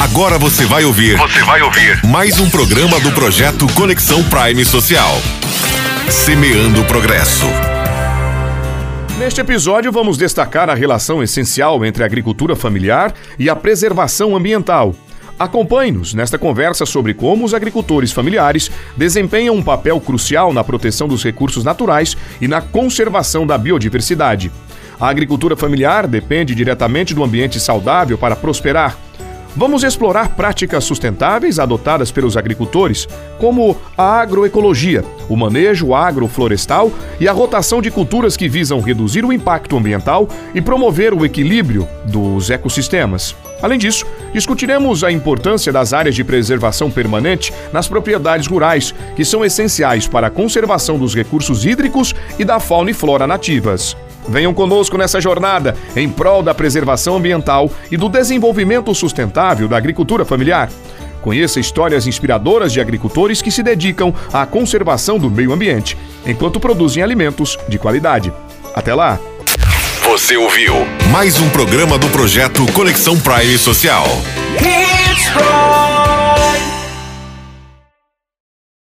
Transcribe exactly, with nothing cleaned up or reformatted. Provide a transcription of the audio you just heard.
Agora você vai ouvir. Você vai ouvir mais um programa do projeto Conexão Prime Social. Semeando o progresso. Neste episódio vamos destacar a relação essencial entre a agricultura familiar e a preservação ambiental. Acompanhe-nos nesta conversa sobre como os agricultores familiares desempenham um papel crucial na proteção dos recursos naturais e na conservação da biodiversidade. A agricultura familiar depende diretamente do ambiente saudável para prosperar. Vamos explorar práticas sustentáveis adotadas pelos agricultores, como a agroecologia, o manejo agroflorestal e a rotação de culturas que visam reduzir o impacto ambiental e promover o equilíbrio dos ecossistemas. Além disso, discutiremos a importância das áreas de preservação permanente nas propriedades rurais, que são essenciais para a conservação dos recursos hídricos e da fauna e flora nativas. Venham conosco nessa jornada em prol da preservação ambiental e do desenvolvimento sustentável da agricultura familiar. Conheça histórias inspiradoras de agricultores que se dedicam à conservação do meio ambiente, enquanto produzem alimentos de qualidade. Até lá! Você ouviu mais um programa do projeto Conexão Prime Social.